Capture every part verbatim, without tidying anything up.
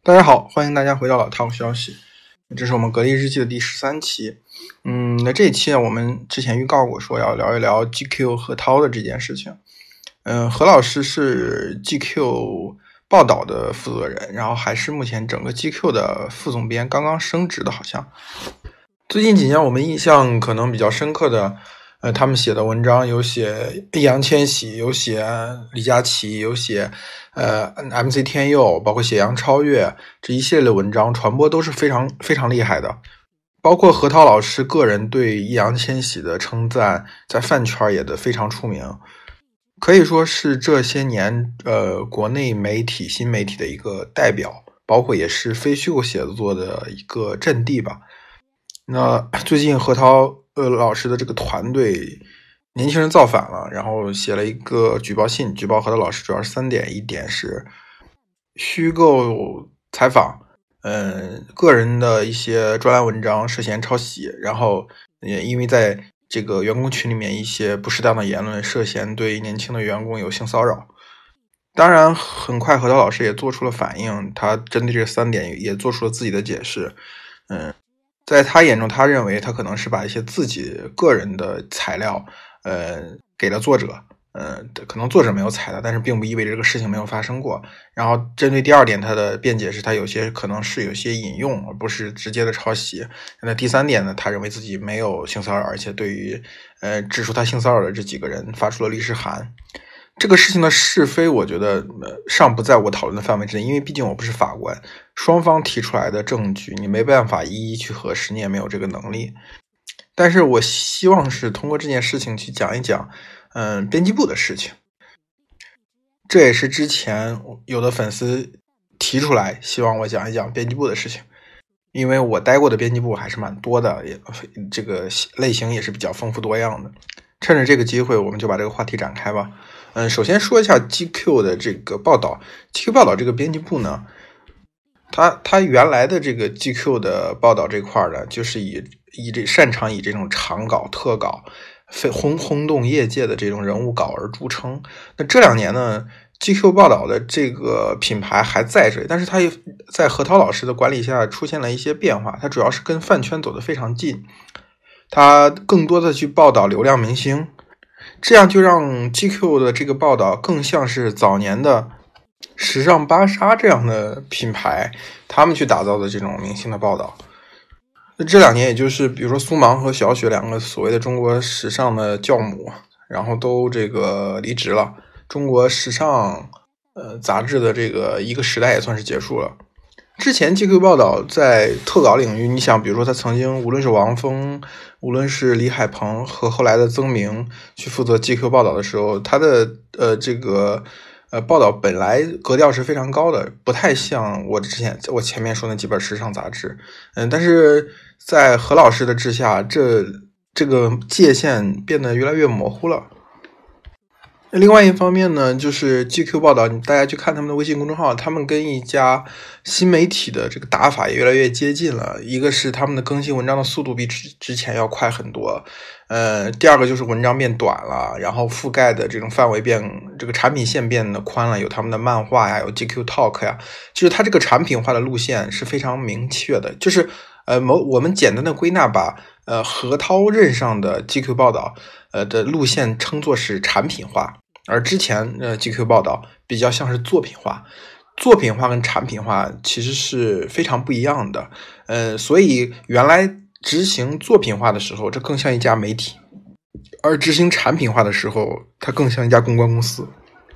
大家好，欢迎大家回到老套消息，这是我们隔离日记的第十三期。嗯，那这一期呢，我们之前预告过说要聊一聊 G Q 何涛的这件事情。嗯，何老师是 G Q 报道的负责人，然后还是目前整个 G Q 的副总编，刚刚升职的好像。最近几年我们印象可能比较深刻的呃，他们写的文章有写易烊千玺，有写李佳琦，有写呃 M C 天佑，包括写杨超越，这一系列的文章传播都是非常非常厉害的。包括何涛老师个人对易烊千玺的称赞，在饭圈也的非常出名，可以说是这些年呃国内媒体新媒体的一个代表，包括也是非虚构写作的一个阵地吧。那最近何涛呃老师的这个团队年轻人造反了，然后写了一个举报信，举报何涛老师主要是三点，一点是虚构采访，嗯，个人的一些专栏文章涉嫌抄袭，然后也因为在这个员工群里面一些不适当的言论，涉嫌对年轻的员工有性骚扰。当然很快何涛老师也做出了反应，他针对这三点也做出了自己的解释。嗯，在他眼中，他认为他可能是把一些自己个人的材料呃给了作者，呃可能作者没有采纳，但是并不意味着这个事情没有发生过。然后针对第二点，他的辩解是他有些可能是有些引用，而不是直接的抄袭。那第三点呢，他认为自己没有性骚扰，而且对于呃指出他性骚扰的这几个人发出了律师函。这个事情的是非，我觉得、呃、尚不在我讨论的范围之内，因为毕竟我不是法官，双方提出来的证据你没办法一一去核实，你也没有这个能力。但是我希望是通过这件事情去讲一讲嗯，编辑部的事情。这也是之前有的粉丝提出来希望我讲一讲编辑部的事情，因为我待过的编辑部还是蛮多的，也这个类型也是比较丰富多样的。趁着这个机会，我们就把这个话题展开吧。嗯，首先说一下 G Q 的这个报道 ，G Q 报道这个编辑部呢，它它原来的这个 G Q 的报道这块呢，就是以以这擅长以这种长稿、特稿、轰轰动业界的这种人物稿而著称。那这两年呢 ，G Q 报道的这个品牌还在这里，但是它也在何涛老师的管理下出现了一些变化。它主要是跟饭圈走得非常近，它更多的去报道流量明星。这样就让 G Q 的这个报道更像是早年的时尚芭莎这样的品牌他们去打造的这种明星的报道。那这两年也就是比如说苏芒和小雪两个所谓的中国时尚的教母，然后都这个离职了，中国时尚呃杂志的这个一个时代也算是结束了。之前 G Q 报道在特稿领域，你想比如说他曾经无论是王峰，无论是李海鹏和后来的曾明去负责 G Q 报道的时候，他的呃这个呃报道本来格调是非常高的，不太像我之前我前面说那几本时尚杂志。嗯，但是在何老师的治下，这这个界限变得越来越模糊了。另外一方面呢，就是 G Q 报道，大家去看他们的微信公众号，他们跟一家新媒体的这个打法也越来越接近了。一个是他们的更新文章的速度比之之前要快很多，呃，第二个就是文章变短了，然后覆盖的这种范围变，这个产品线变得宽了，有他们的漫画呀，有 G Q Talk 呀，就是它这个产品化的路线是非常明确的。就是呃，某我们简单的归纳把呃何涛任上的 G Q 报道呃的路线称作是产品化。而之前呃 G Q 报道比较像是作品化，作品化跟产品化其实是非常不一样的。呃，所以原来执行作品化的时候，这更像一家媒体，而执行产品化的时候，它更像一家公关公司。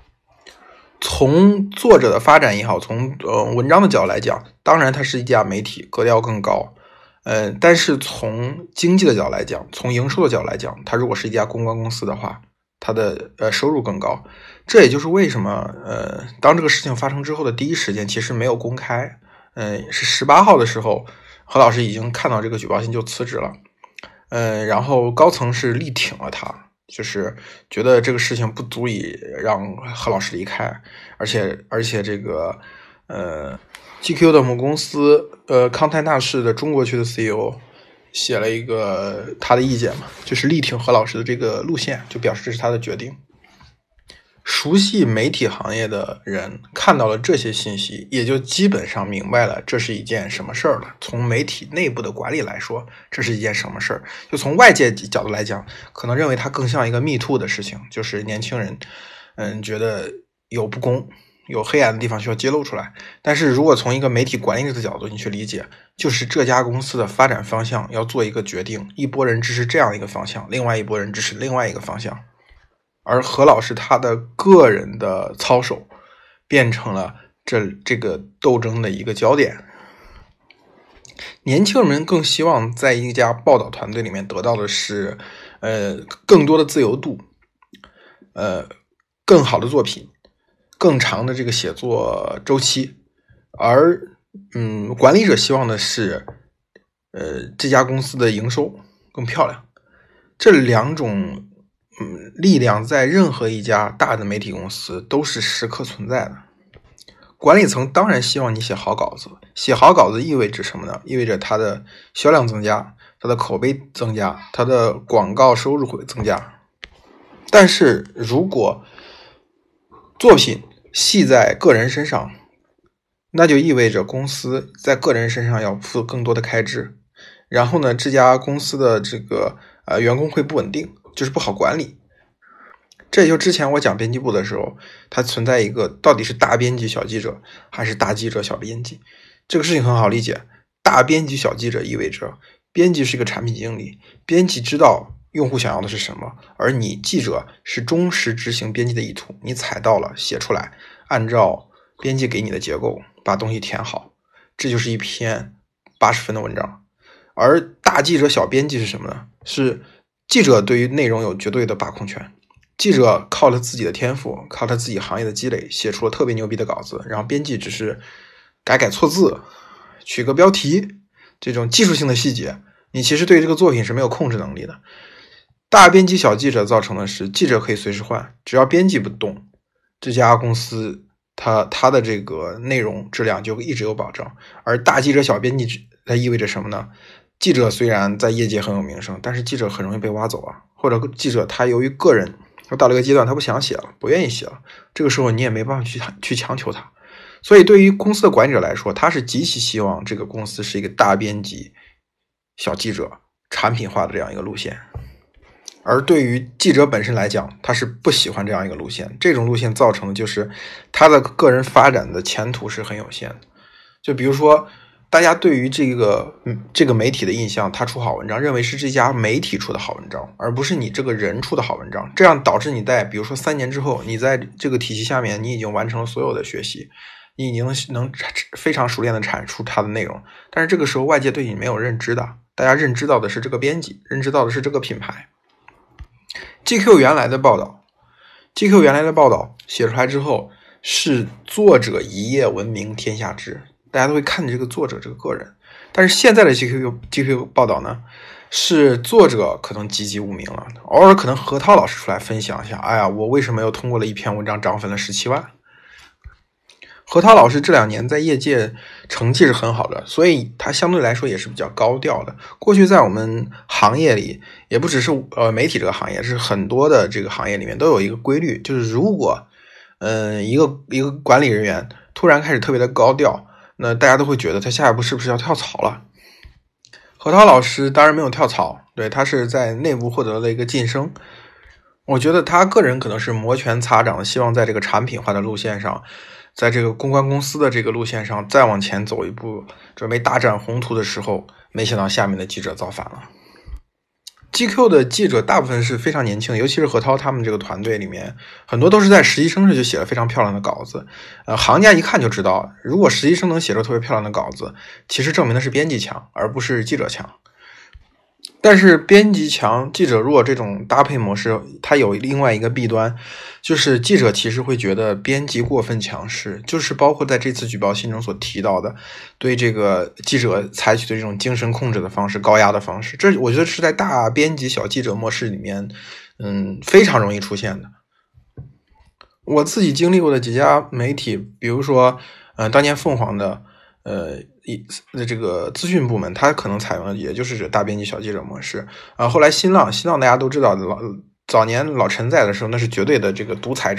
从作者的发展也好，从呃文章的角度来讲，当然它是一家媒体，格调更高。呃，但是从经济的角度来讲，从营收的角度来讲，它如果是一家公关公司的话，它的呃收入更高。这也就是为什么呃当这个事情发生之后的第一时间其实没有公开，嗯、呃，是十八号的时候何老师已经看到这个举报信就辞职了，呃，然后高层是力挺了他，就是觉得这个事情不足以让何老师离开，而且而且这个呃 G Q 的母公司呃康泰纳仕的中国区的 C E O写了一个他的意见嘛，就是力挺何老师的这个路线，就表示这是他的决定。 熟悉媒体行业的人看到了这些信息，也就基本上明白了这是一件什么事儿了。从媒体内部的管理来说，这是一件什么事儿？就从外界角度来讲，可能认为它更像一个 Me Too 的事情，就是年轻人，嗯，觉得有不公、有黑暗的地方需要揭露出来。但是如果从一个媒体管理者的角度你去理解，就是这家公司的发展方向要做一个决定，一拨人支持这样一个方向，另外一拨人支持另外一个方向。而何老师他的个人的操守变成了这这个斗争的一个焦点。年轻人更希望在一家报道团队里面得到的是呃更多的自由度，呃更好的作品，更长的这个写作周期。而嗯管理者希望的是呃这家公司的营收更漂亮。这两种嗯，力量在任何一家大的媒体公司都是时刻存在的。管理层当然希望你写好稿子，写好稿子意味着什么呢？意味着它的销量增加，它的口碑增加，它的广告收入会增加。但是如果作品系在个人身上，那就意味着公司在个人身上要付更多的开支，然后呢，这家公司的这个呃员工会不稳定，就是不好管理。这就之前我讲编辑部的时候，它存在一个到底是大编辑小记者还是大记者小编辑，这个事情很好理解。大编辑小记者意味着编辑是一个产品经理，编辑知道用户想要的是什么，而你记者是忠实执行编辑的意图，你踩到了写出来，按照编辑给你的结构把东西填好，这就是一篇八十分的文章。而大记者小编辑是什么呢？是记者对于内容有绝对的把控权，记者靠他自己的天赋，靠他自己行业的积累，写出了特别牛逼的稿子，然后编辑只是改改错字，取个标题，这种技术性的细节，你其实对这个作品是没有控制能力的。大编辑小记者造成的是，记者可以随时换，只要编辑不动，这家公司它它的这个内容质量就一直有保证。而大记者小编辑它意味着什么呢？记者虽然在业界很有名声，但是记者很容易被挖走啊，或者记者他由于个人到了一个阶段他不想写了，不愿意写了，这个时候你也没办法去去强求他。所以对于公司的管理者来说，他是极其希望这个公司是一个大编辑小记者产品化的这样一个路线。而对于记者本身来讲，他是不喜欢这样一个路线，这种路线造成的就是他的个人发展的前途是很有限的。就比如说大家对于这个嗯这个媒体的印象，他出好文章，认为是这家媒体出的好文章，而不是你这个人出的好文章。这样导致你在比如说三年之后，你在这个体系下面，你已经完成了所有的学习，你已经能非常熟练的产出它的内容。但是这个时候外界对你没有认知的，大家认知到的是这个编辑，认知到的是这个品牌。G Q 原来的报道 G Q 原来的报道写出来之后，是作者一夜闻名天下知，大家都会看这个作者这个个人。但是现在的 G Q G Q 报道呢，是作者可能籍籍无名了，偶尔可能何涛老师出来分享一下，哎呀，我为什么又通过了一篇文章涨粉了十七万。何涛老师这两年在业界成绩是很好的，所以他相对来说也是比较高调的。过去在我们行业里，也不只是呃媒体这个行业，是很多的这个行业里面都有一个规律，就是如果嗯、呃、一个一个管理人员突然开始特别的高调，那大家都会觉得他下一步是不是要跳槽了。何涛老师当然没有跳槽，对，他是在内部获得了一个晋升。我觉得他个人可能是摩拳擦掌，希望在这个产品化的路线上，在这个公关公司的这个路线上再往前走一步，准备大展宏图的时候，没想到下面的记者造反了。G Q 的记者大部分是非常年轻的，尤其是何涛他们这个团队里面，很多都是在实习生时就写了非常漂亮的稿子。呃，行家一看就知道，如果实习生能写出特别漂亮的稿子，其实证明的是编辑强，而不是记者强。但是编辑强记者弱这种搭配模式，它有另外一个弊端，就是记者其实会觉得编辑过分强势，就是包括在这次举报信中所提到的，对这个记者采取的这种精神控制的方式，高压的方式，这我觉得是在大编辑小记者模式里面嗯，非常容易出现的。我自己经历过的几家媒体，比如说呃，当年凤凰的呃，一这个资讯部门，它可能采用的也就是这大编辑小记者模式啊、呃。后来新浪，新浪大家都知道，老早年老陈在的时候，那是绝对的这个独裁者，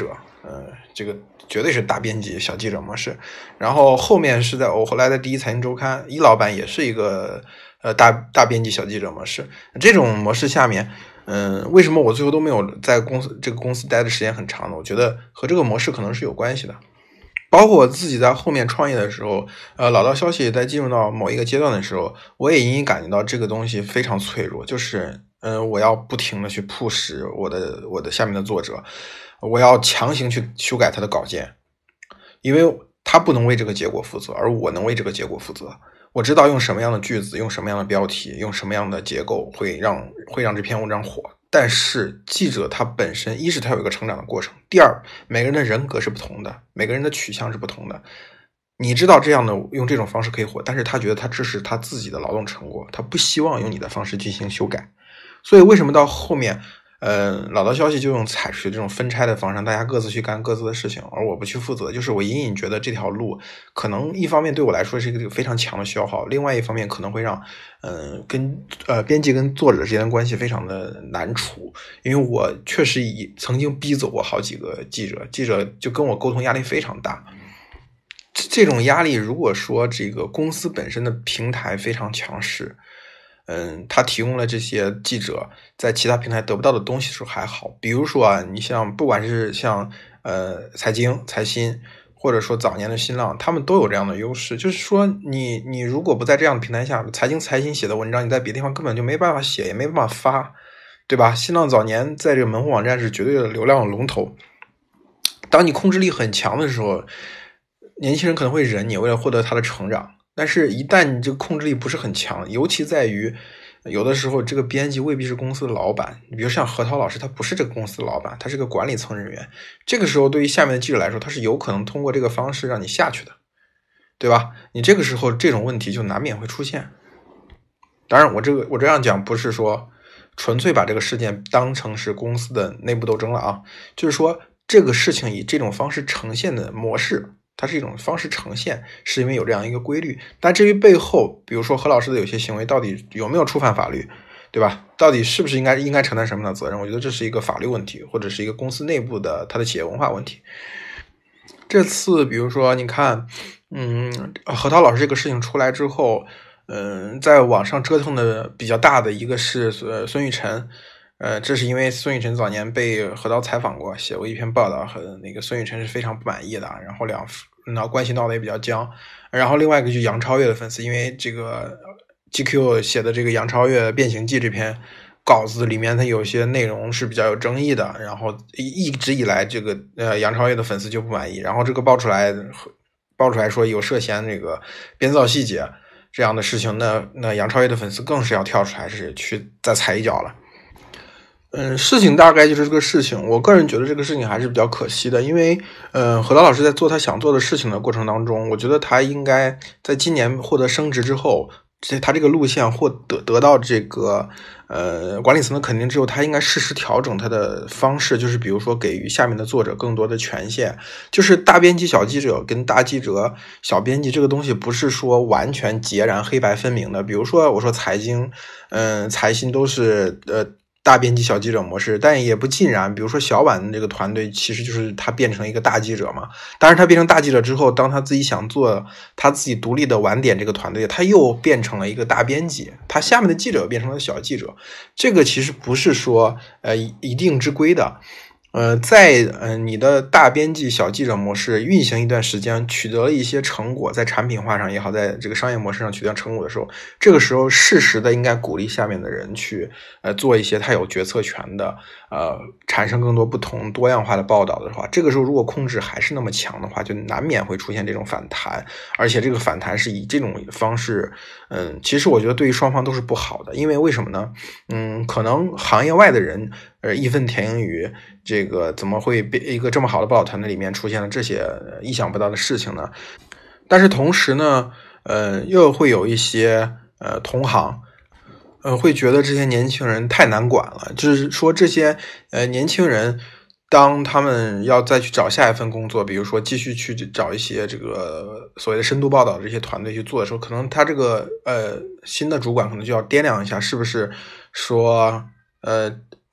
呃，这个绝对是大编辑小记者模式。然后后面是在我后来的第一财经周刊，一老板也是一个呃大大编辑小记者模式。这种模式下面，嗯、呃，为什么我最后都没有在公司这个公司待的时间很长呢？我觉得和这个模式可能是有关系的。包括我自己在后面创业的时候，呃，老道消息在进入到某一个阶段的时候，我也隐隐感觉到这个东西非常脆弱，就是，嗯、呃，我要不停的去 push 我的我的下面的作者，我要强行去修改他的稿件，因为他不能为这个结果负责，而我能为这个结果负责。我知道用什么样的句子，用什么样的标题，用什么样的结构会让会让这篇文章火。但是记者他本身，一是他有一个成长的过程，第二，每个人的人格是不同的，每个人的取向是不同的。你知道这样的用这种方式可以火，但是他觉得他这是他自己的劳动成果，他不希望用你的方式进行修改。所以为什么到后面呃，老道消息就用采取这种分拆的方式，让大家各自去干各自的事情，而我不去负责。就是我隐隐觉得这条路可能一方面对我来说是一个非常强的消耗，另外一方面可能会让嗯、呃、跟呃编辑跟作者之间的关系非常的难处，因为我确实已曾经逼走过好几个记者，记者就跟我沟通压力非常大。这种压力如果说这个公司本身的平台非常强势，嗯，他提供了这些记者在其他平台得不到的东西的时候还好，比如说啊，你像不管是像呃财经、财新，或者说早年的新浪，他们都有这样的优势，就是说你你如果不在这样的平台下，财经、财新写的文章，你在别的地方根本就没办法写，也没办法发，对吧？新浪早年在这个门户网站是绝对的流量龙头，当你控制力很强的时候，年轻人可能会忍你，为了获得他的成长。但是一旦你这个控制力不是很强，尤其在于有的时候这个编辑未必是公司的老板，比如像何涛老师，他不是这个公司的老板，他是个管理层人员，这个时候对于下面的记者来说，他是有可能通过这个方式让你下去的，对吧？你这个时候这种问题就难免会出现。当然我这个我这样讲不是说纯粹把这个事件当成是公司的内部斗争了啊，就是说这个事情以这种方式呈现的模式，它是一种方式呈现，是因为有这样一个规律。但至于背后，比如说何老师的有些行为到底有没有触犯法律，对吧？到底是不是应该应该承担什么样的责任？我觉得这是一个法律问题，或者是一个公司内部的它的企业文化问题。这次比如说你看，嗯，何涛老师这个事情出来之后，嗯，在网上折腾的比较大的一个是呃孙玉晨。呃，这是因为孙雨晨早年被何涛采访过，写过一篇报道，和那个孙雨晨是非常不满意的，然后两闹关系闹得也比较僵。然后另外一个就是杨超越的粉丝，因为这个 G Q 写的这个杨超越变形记这篇稿子里面，它有些内容是比较有争议的，然后一直以来这个呃杨超越的粉丝就不满意，然后这个爆出来爆出来说有涉嫌这个编造细节这样的事情，那那杨超越的粉丝更是要跳出来是去再踩一脚了。嗯，事情大概就是这个事情。我个人觉得这个事情还是比较可惜的，因为，呃，何涛老师在做他想做的事情的过程当中，我觉得他应该在今年获得升职之后，这他这个路线获得得到这个呃管理层的肯定之后，他应该适时调整他的方式，就是比如说给予下面的作者更多的权限，就是大编辑小记者跟大记者小编辑这个东西不是说完全截然黑白分明的。比如说我说财经，嗯、呃，财新都是呃。大编辑小记者模式，但也不尽然。比如说小婉的这个团队，其实就是他变成一个大记者嘛。但是他变成大记者之后，当他自己想做他自己独立的晚点这个团队，他又变成了一个大编辑，他下面的记者变成了小记者。这个其实不是说呃一定之规的。呃，在呃你的大编辑小记者模式运行一段时间，取得了一些成果，在产品化上也好，在这个商业模式上取得成果的时候，这个时候适时的应该鼓励下面的人去呃做一些他有决策权的，呃产生更多不同多样化的报道的话，这个时候如果控制还是那么强的话，就难免会出现这种反弹，而且这个反弹是以这种方式，嗯，其实我觉得对于双方都是不好的，因为为什么呢？嗯，可能行业外的人呃义愤填膺于这个怎么会一个这么好的报道团队里面出现了这些意想不到的事情呢？但是同时呢，呃，又会有一些呃同行，呃，会觉得这些年轻人太难管了，就是说这些呃年轻人，当他们要再去找下一份工作，比如说继续去找一些这个所谓的深度报道这些团队去做的时候，可能他这个呃新的主管可能就要掂量一下，是不是说呃。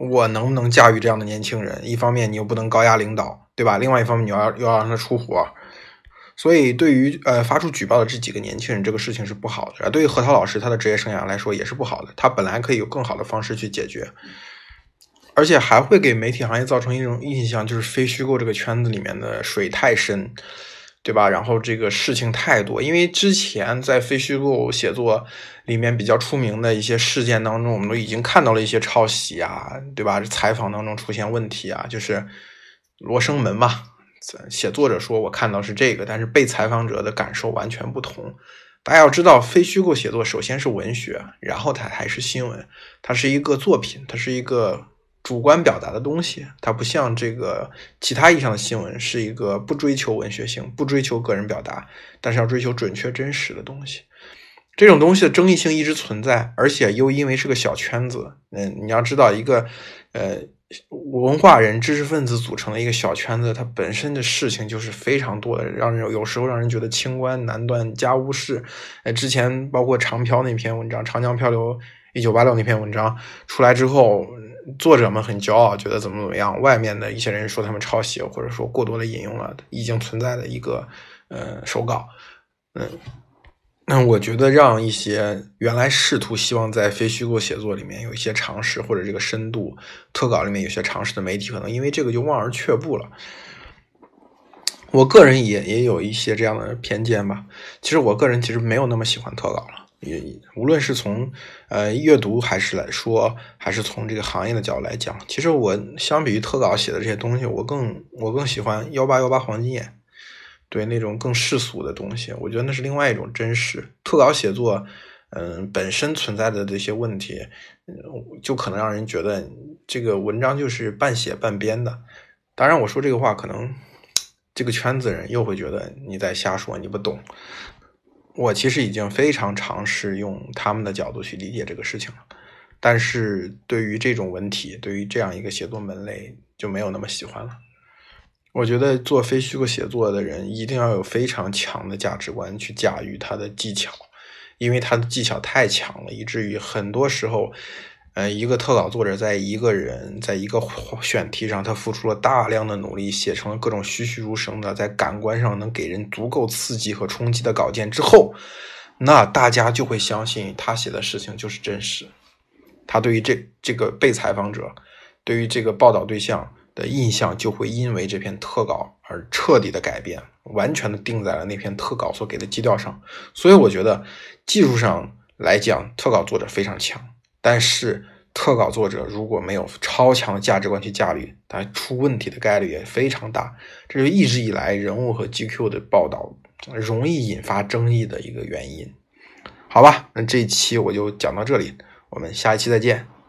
我能不能驾驭这样的年轻人？一方面你又不能高压领导，对吧？另外一方面你要又要让他出活。所以对于呃发出举报的这几个年轻人，这个事情是不好的。对于何涛老师他的职业生涯来说也是不好的，他本来可以有更好的方式去解决，而且还会给媒体行业造成一种印象，就是非虚构这个圈子里面的水太深，对吧？然后这个事情太多，因为之前在非虚构写作里面比较出名的一些事件当中，我们都已经看到了一些抄袭啊，对吧？采访当中出现问题啊，就是罗生门嘛。写作者说我看到是这个，但是被采访者的感受完全不同。大家要知道，非虚构写作首先是文学，然后它还是新闻，它是一个作品，它是一个主观表达的东西，它不像这个其他意义上的新闻是一个不追求文学性，不追求个人表达，但是要追求准确真实的东西。这种东西的争议性一直存在，而且又因为是个小圈子，嗯，你要知道一个呃文化人、知识分子组成的一个小圈子，它本身的事情就是非常多的，让人有时候让人觉得清官难断家务事。呃，之前包括长漂那篇文章，长江漂流一九八六那篇文章出来之后，作者们很骄傲，觉得怎么怎么样，外面的一些人说他们抄袭，或者说过多的引用了已经存在的一个呃手稿，嗯。那我觉得让一些原来试图希望在非虚构写作里面有一些尝试，或者这个深度特稿里面有些尝试的媒体，可能因为这个就望而却步了。我个人也也有一些这样的偏见吧。其实我个人其实没有那么喜欢特稿了，也无论是从呃阅读还是来说，还是从这个行业的角度来讲，其实我相比于特稿写的这些东西，我更我更喜欢幺八幺八黄金眼。对，那种更世俗的东西，我觉得那是另外一种真实。特稿写作嗯，本身存在的这些问题，嗯，就可能让人觉得这个文章就是半写半编的。当然我说这个话，可能这个圈子人又会觉得你在瞎说，你不懂。我其实已经非常尝试用他们的角度去理解这个事情了，但是对于这种文体，对于这样一个写作门类，就没有那么喜欢了。我觉得做非虚构写作的人一定要有非常强的价值观去驾驭他的技巧，因为他的技巧太强了，以至于很多时候呃，一个特稿作者在一个人在一个选题上，他付出了大量的努力，写成了各种栩栩如生的在感官上能给人足够刺激和冲击的稿件之后，那大家就会相信他写的事情就是真实。他对于这这个被采访者，对于这个报道对象的印象就会因为这篇特稿而彻底的改变，完全的定在了那篇特稿所给的基调上。所以我觉得技术上来讲，特稿作者非常强，但是特稿作者如果没有超强的价值观去驾驭，他出问题的概率也非常大。这是一直以来人物和 G Q 的报道容易引发争议的一个原因。好吧，那这一期我就讲到这里，我们下一期再见。